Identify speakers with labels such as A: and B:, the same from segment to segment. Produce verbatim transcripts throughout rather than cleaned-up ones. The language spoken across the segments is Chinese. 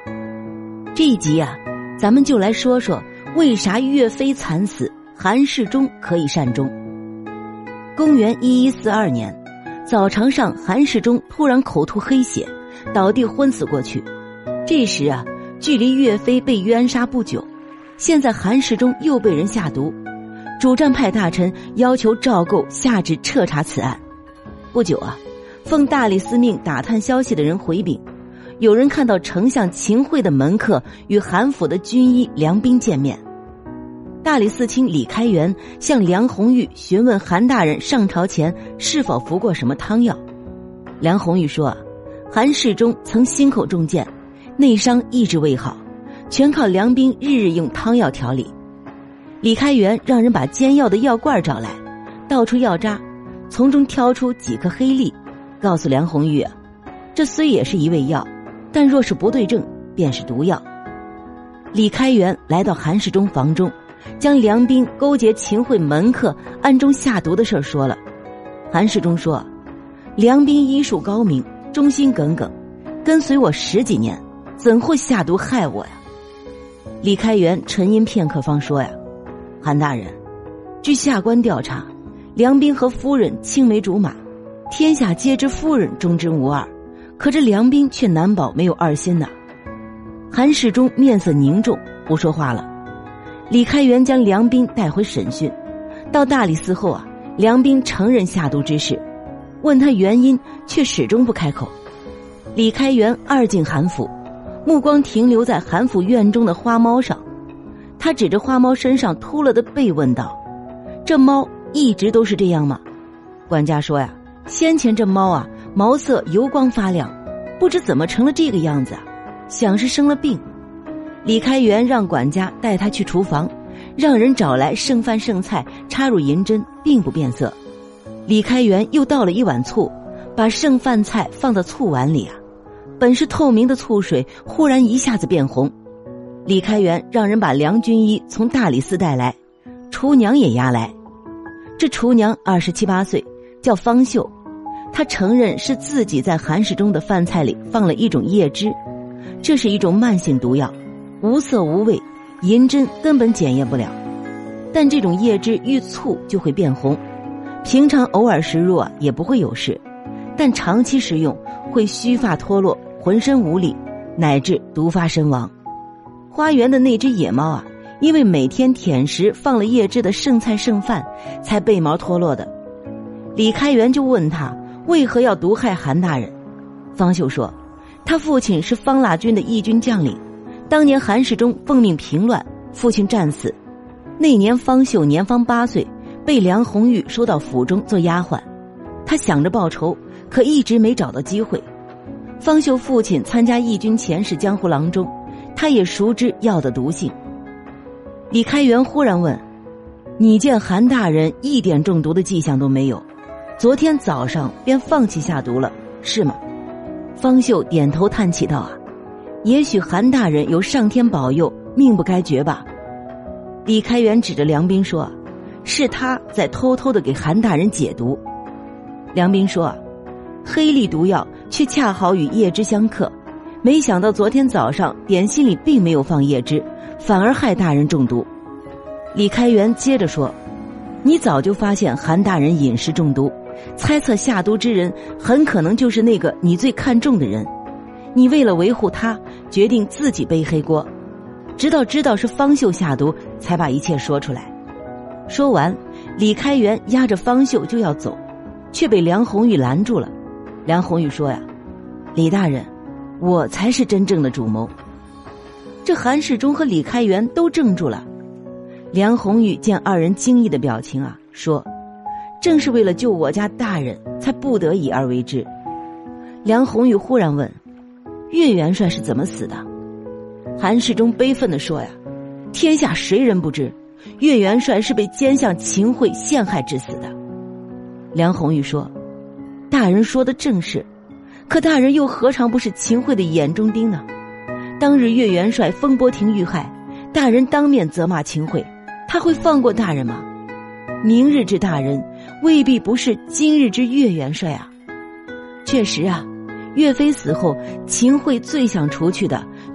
A: 这一集啊，咱们就来说说为啥岳飞惨死，韩世忠可以善终。公元一一四二年，早朝上韩世忠突然口吐黑血，倒地昏死过去。这时啊，距离岳飞被冤杀不久，现在韩世忠又被人下毒，主战派大臣要求赵构下旨彻查此案。不久啊，奉大理司命打探消息的人回禀，有人看到丞相秦桧的门客与韩府的军医梁斌见面。大理寺卿李开元向梁红玉询问韩大人上朝前是否服过什么汤药。梁红玉说啊，韩世忠曾心口中箭，内伤一直未好，全靠梁斌日日用汤药调理。李开元让人把煎药的药罐找来，倒出药渣，从中挑出几颗黑粒，告诉梁红玉啊，这虽也是一味药，但若是不对症，便是毒药。李开元来到韩世忠房中，将梁斌勾结秦桧门客暗中下毒的事说了。韩世忠说，梁斌医术高明，忠心耿耿，跟随我十几年，怎会下毒害我呀？李开元沉吟片刻方说呀，韩大人，据下官调查，梁斌和夫人青梅竹马，天下皆知夫人忠贞无二，可这梁斌却难保没有二心呐。韩世忠面色凝重，不说话了。李开元将梁斌带回审讯，到大理寺后啊，梁斌承认下毒之事，问他原因，却始终不开口。李开元二进韩府，目光停留在韩府院中的花猫上，他指着花猫身上秃了的背问道，这猫一直都是这样吗？管家说呀，先前这猫啊，毛色油光发亮，不知怎么成了这个样子啊，想是生了病。李开元让管家带他去厨房，让人找来剩饭剩菜，插入银针，并不变色。李开元又倒了一碗醋，把剩饭菜放到醋碗里啊，本是透明的醋水忽然一下子变红。李开元让人把梁军医从大理寺带来，厨娘也押来。这厨娘二十七八岁，叫方秀，她承认是自己在韩世忠的饭菜里放了一种叶汁，这是一种慢性毒药，无色无味，银针根本检验不了。但这种叶汁遇醋就会变红，平常偶尔食入啊也不会有事，但长期食用会须发脱落，浑身无力，乃至毒发身亡。花园的那只野猫啊，因为每天舔食放了叶汁的剩菜剩饭，才背毛脱落的。李开元就问他为何要毒害韩大人。方秀说，他父亲是方腊军的义军将领，当年韩世忠奉命平乱，父亲战死，那年方秀年方八岁，被梁红玉收到府中做丫鬟。他想着报仇，可一直没找到机会。方秀父亲参加义军前是江湖郎中，他也熟知药的毒性。李开元忽然问，你见韩大人一点中毒的迹象都没有，昨天早上便放弃下毒了，是吗？方秀点头叹气道啊，也许韩大人有上天保佑，命不该绝吧。李开元指着梁斌说，是他在偷偷的给韩大人解毒。梁斌说，黑粒毒药却恰好与叶汁相克，没想到昨天早上点心里并没有放叶汁，反而害大人中毒。李开元接着说，你早就发现韩大人饮食中毒，猜测下毒之人很可能就是那个你最看重的人，你为了维护他，决定自己背黑锅，直到知道是方秀下毒，才把一切说出来。说完，李开元押着方秀就要走，却被梁红玉拦住了。梁红玉说呀，李大人，我才是真正的主谋。这韩世忠和李开元都怔住了。梁红玉见二人惊异的表情啊，说，正是为了救我家大人，才不得已而为之。梁红玉忽然问，岳元帅是怎么死的？韩世忠悲愤地说呀，天下谁人不知，岳元帅是被奸相秦桧陷害致死的。梁红玉说，大人说的正是，可大人又何尝不是秦桧的眼中钉呢？当日岳元帅风波亭遇害，大人当面责骂秦桧，他会放过大人吗？明日之大人未必不是今日之岳元帅啊。确实啊，岳飞死后，秦桧最想除去的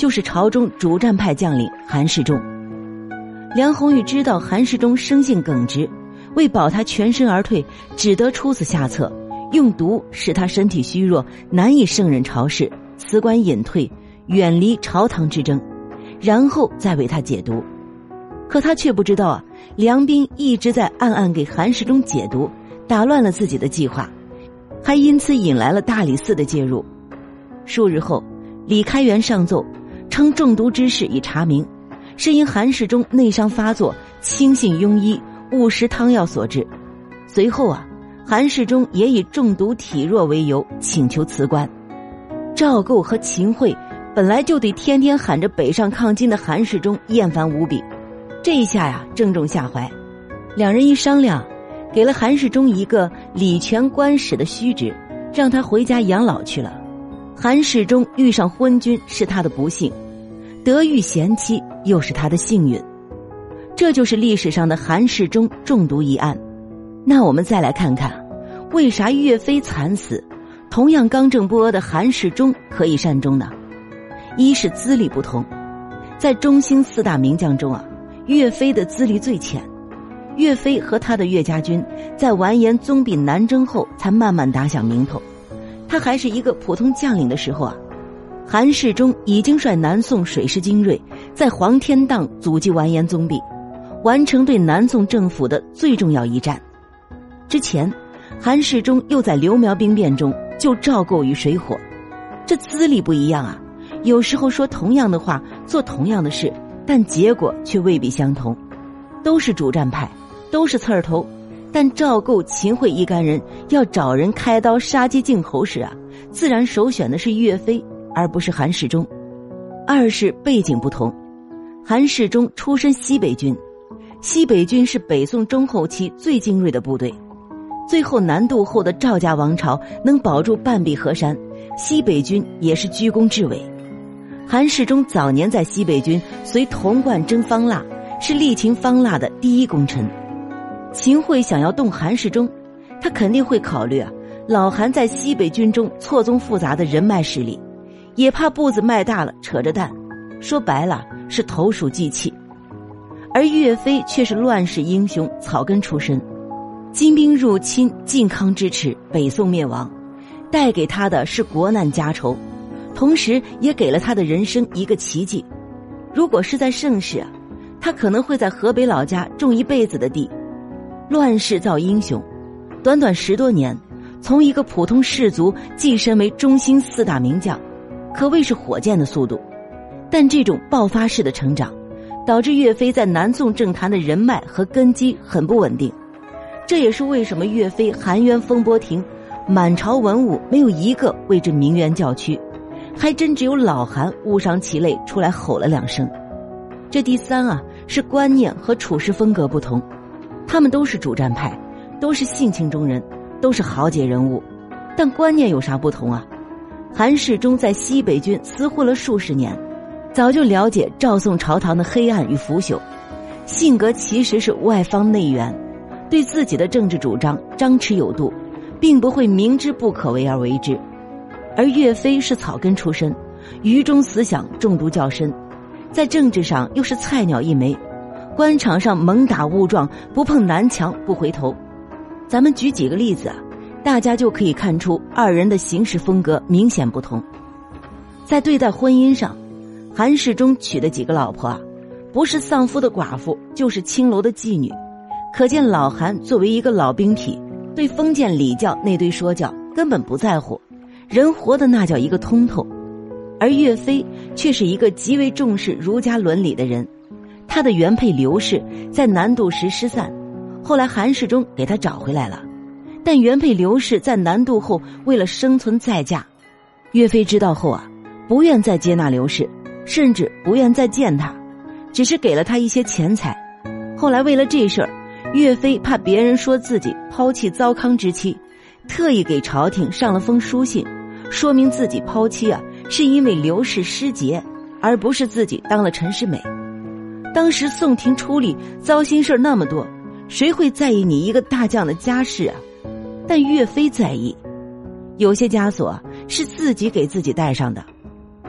A: 就是朝中主战派将领韩世忠。梁红玉知道韩世忠生性耿直，为保他全身而退，只得出此下策，用毒使他身体虚弱，难以胜任朝事，辞官隐退，远离朝堂之争，然后再为他解毒。可他却不知道啊，梁斌一直在暗暗给韩世忠解毒，打乱了自己的计划，还因此引来了大理寺的介入。数日后，李开元上奏称中毒之事已查明，是因韩世忠内伤发作，轻信庸医，误食汤药所致。随后啊，韩世忠也以中毒体弱为由请求辞官。赵构和秦桧本来就对天天喊着北上抗金的韩世忠厌烦无比，这一下呀正中下怀。两人一商量，给了韩世忠一个礼泉官使的虚职，让他回家养老去了。韩世忠遇上昏君是他的不幸，得遇贤妻又是他的幸运。这就是历史上的韩世忠中毒一案。那我们再来看看，为啥岳飞惨死，同样刚正不阿的韩世忠可以善终呢？一是资历不同，在中兴四大名将中啊，岳飞的资历最浅。岳飞和他的岳家军在完颜宗弼南征后才慢慢打响名头，他还是一个普通将领的时候啊，韩世忠已经率南宋水师精锐在黄天荡阻击完颜宗弼，完成对南宋政府的最重要一战。之前韩世忠又在刘苗兵变中救赵构于水火。这资历不一样啊，有时候说同样的话，做同样的事，但结果却未必相同。都是主战派，都是刺儿头，但赵构、秦桧一干人要找人开刀杀鸡儆猴时啊，自然首选的是岳飞，而不是韩世忠。二是背景不同，韩世忠出身西北军，西北军是北宋中后期最精锐的部队，最后南渡后的赵家王朝能保住半壁河山，西北军也是居功至伟。韩世忠早年在西北军随童贯征方腊，是力擒方腊的第一功臣。秦桧想要动韩世忠，他肯定会考虑啊，老韩在西北军中错综复杂的人脉势力，也怕步子迈大了扯着蛋，说白了是投鼠忌器。而岳飞却是乱世英雄，草根出身，金兵入侵，靖康之耻，北宋灭亡，带给他的是国难家仇，同时也给了他的人生一个奇迹。如果是在盛世啊，他可能会在河北老家种一辈子的地。乱世造英雄，短短十多年，从一个普通士族晋升为中兴四大名将，可谓是火箭的速度。但这种爆发式的成长，导致岳飞在南宋政坛的人脉和根基很不稳定。这也是为什么岳飞含冤风波亭，满朝文武没有一个为之鸣冤叫屈，还真只有老韩误伤其类出来吼了两声。这第三啊，是观念和处事风格不同，他们都是主战派，都是性情中人，都是豪杰人物，但观念有啥不同啊？韩世忠在西北军厮混了数十年，早就了解赵宋朝堂的黑暗与腐朽，性格其实是外放内圆，对自己的政治主张张弛有度，并不会明知不可为而为之。而岳飞是草根出身，愚忠思想中毒较深，在政治上又是菜鸟一枚，官场上猛打误撞，不碰南墙不回头。咱们举几个例子啊，大家就可以看出二人的行事风格明显不同。在对待婚姻上，韩世忠娶的几个老婆啊，不是丧夫的寡妇，就是青楼的妓女，可见老韩作为一个老兵痞，对封建礼教那堆说教根本不在乎，人活的那叫一个通透。而岳飞却是一个极为重视儒家伦理的人，他的原配刘氏在南渡时失散，后来韩世忠给他找回来了，但原配刘氏在南渡后为了生存再嫁，岳飞知道后啊，不愿再接纳刘氏，甚至不愿再见他，只是给了他一些钱财。后来为了这事儿，岳飞怕别人说自己抛弃糟糠之妻，特意给朝廷上了封书信，说明自己抛妻啊是因为刘氏失节，而不是自己当了陈世美。当时宋廷处理糟心事那么多，谁会在意你一个大将的家事啊？但岳飞在意，有些枷锁是自己给自己带上的。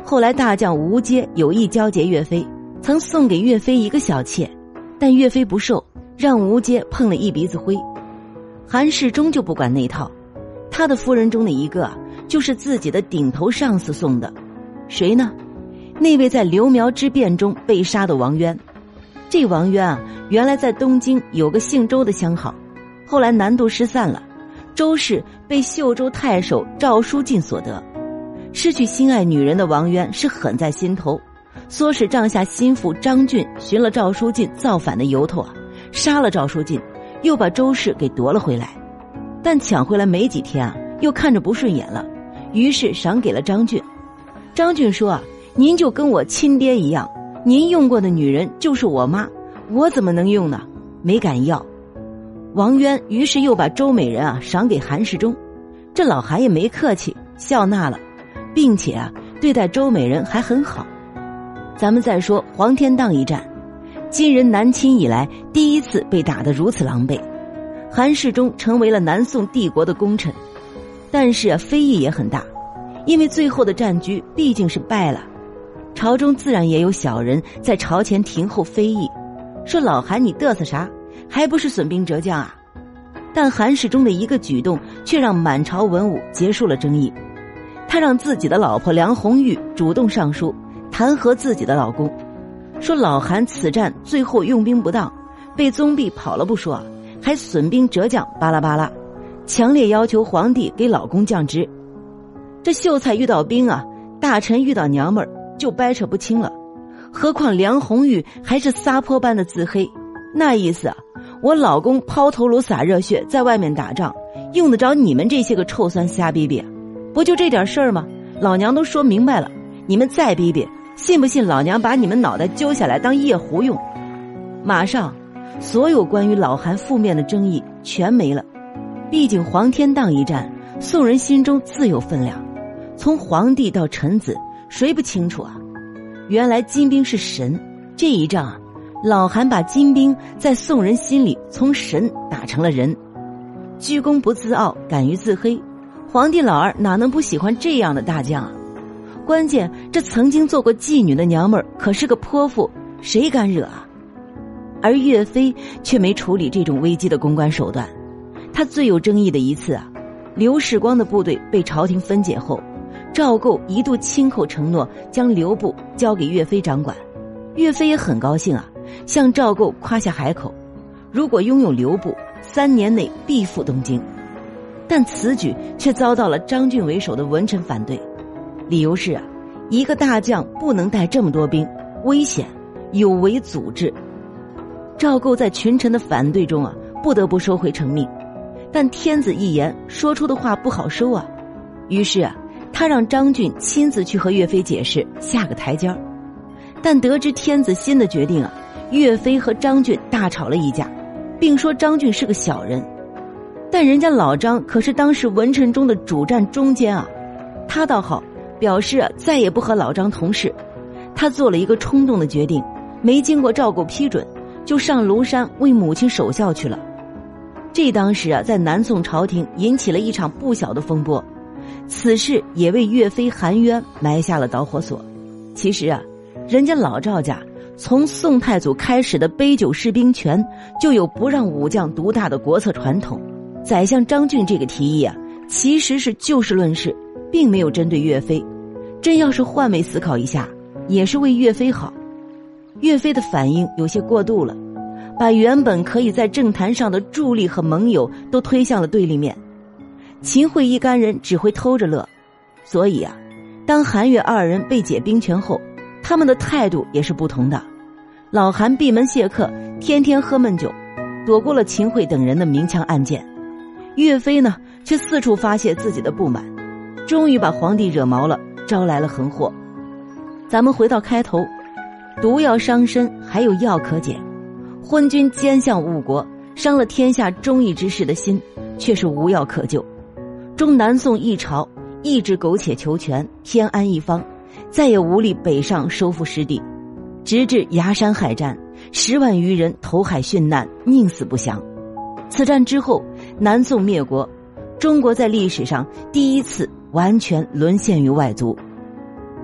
A: 后来大将吴阶有意交结岳飞，曾送给岳飞一个小妾，但岳飞不受，让吴阶碰了一鼻子灰。韩世忠就不管那套，他的夫人中的一个就是自己的顶头上司送的。谁呢？那位在刘苗之变中被杀的王渊。这王渊啊，原来在东京有个姓周的相好，后来南渡失散了，周氏被秀州太守赵书进所得。失去心爱女人的王渊是狠在心头，唆使帐下心腹张俊寻了赵书进造反的由头啊，杀了赵书进，又把周氏给夺了回来。但抢回来没几天啊，又看着不顺眼了，于是赏给了张俊。张俊说啊，您就跟我亲爹一样，您用过的女人就是我妈，我怎么能用呢？没敢要。王渊于是又把周美人啊赏给韩世忠，这老韩也没客气，笑纳了，并且啊对待周美人还很好。咱们再说黄天荡一战，金人南侵以来第一次被打得如此狼狈，韩世忠成为了南宋帝国的功臣。但是啊非议也很大，因为最后的战局毕竟是败了，朝中自然也有小人在朝前庭后非议，说老韩你嘚瑟啥，还不是损兵折将啊。但韩世忠的一个举动却让满朝文武结束了争议，他让自己的老婆梁红玉主动上书弹劾自己的老公，说老韩此战最后用兵不当，被宗弼跑了不说，还损兵折将巴拉巴拉，强烈要求皇帝给老公降职。这秀才遇到兵啊，大臣遇到娘们儿就掰扯不清了，何况梁红玉还是撒泼般的自黑，那意思啊，我老公抛头颅洒热血在外面打仗，用得着你们这些个臭酸瞎逼逼？不就这点事儿吗？老娘都说明白了，你们再逼逼，信不信老娘把你们脑袋揪下来当夜壶用？马上所有关于老韩负面的争议全没了。毕竟黄天荡一战，宋人心中自有分量，从皇帝到臣子谁不清楚啊？原来金兵是神，这一仗啊，老韩把金兵在宋人心里从神打成了人。居功不自傲，敢于自黑，皇帝老二哪能不喜欢这样的大将啊？关键这曾经做过妓女的娘们儿可是个泼妇，谁敢惹啊？而岳飞却没处理这种危机的公关手段。他最有争议的一次啊，刘世光的部队被朝廷分解后，赵构一度亲口承诺将刘部交给岳飞掌管。岳飞也很高兴啊，向赵构夸下海口，如果拥有刘部，三年内必复东京。但此举却遭到了张俊为首的文臣反对，理由是啊，一个大将不能带这么多兵，危险，有违祖制。赵构在群臣的反对中啊，不得不收回成命。但天子一言，说出的话不好收啊，于是啊，他让张俊亲自去和岳飞解释，下个台阶儿。但得知天子新的决定啊，岳飞和张俊大吵了一架，并说张俊是个小人。但人家老张可是当时文臣中的主战中坚啊，他倒好，表示啊再也不和老张同事。他做了一个冲动的决定，没经过赵构批准，就上庐山为母亲守孝去了。这当时啊，在南宋朝廷引起了一场不小的风波，此事也为岳飞含冤埋下了导火索。其实啊，人家老赵家从宋太祖开始的杯酒释兵权，就有不让武将独大的国策传统。宰相张俊这个提议啊，其实是就事论事，并没有针对岳飞。真要是换位思考一下，也是为岳飞好。岳飞的反应有些过度了，把原本可以在政坛上的助力和盟友都推向了对立面。秦桧一干人只会偷着乐，所以啊，当韩岳二人被解兵权后，他们的态度也是不同的。老韩闭门谢客，天天喝闷酒，躲过了秦桧等人的明枪暗箭。岳飞呢，却四处发泄自己的不满，终于把皇帝惹毛了，招来了横祸。咱们回到开头，毒药伤身，还有药可解。昏君奸相误国，伤了天下忠义之士的心，却是无药可救。中南宋一朝一直苟且求全，偏安一方，再也无力北上收复失地，直至崖山海战，十万余人投海殉难，宁死不降。此战之后，南宋灭国，中国在历史上第一次完全沦陷于外族。本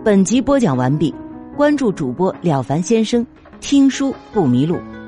A: 本集播讲完毕，关注主播了凡先生，听书不迷路。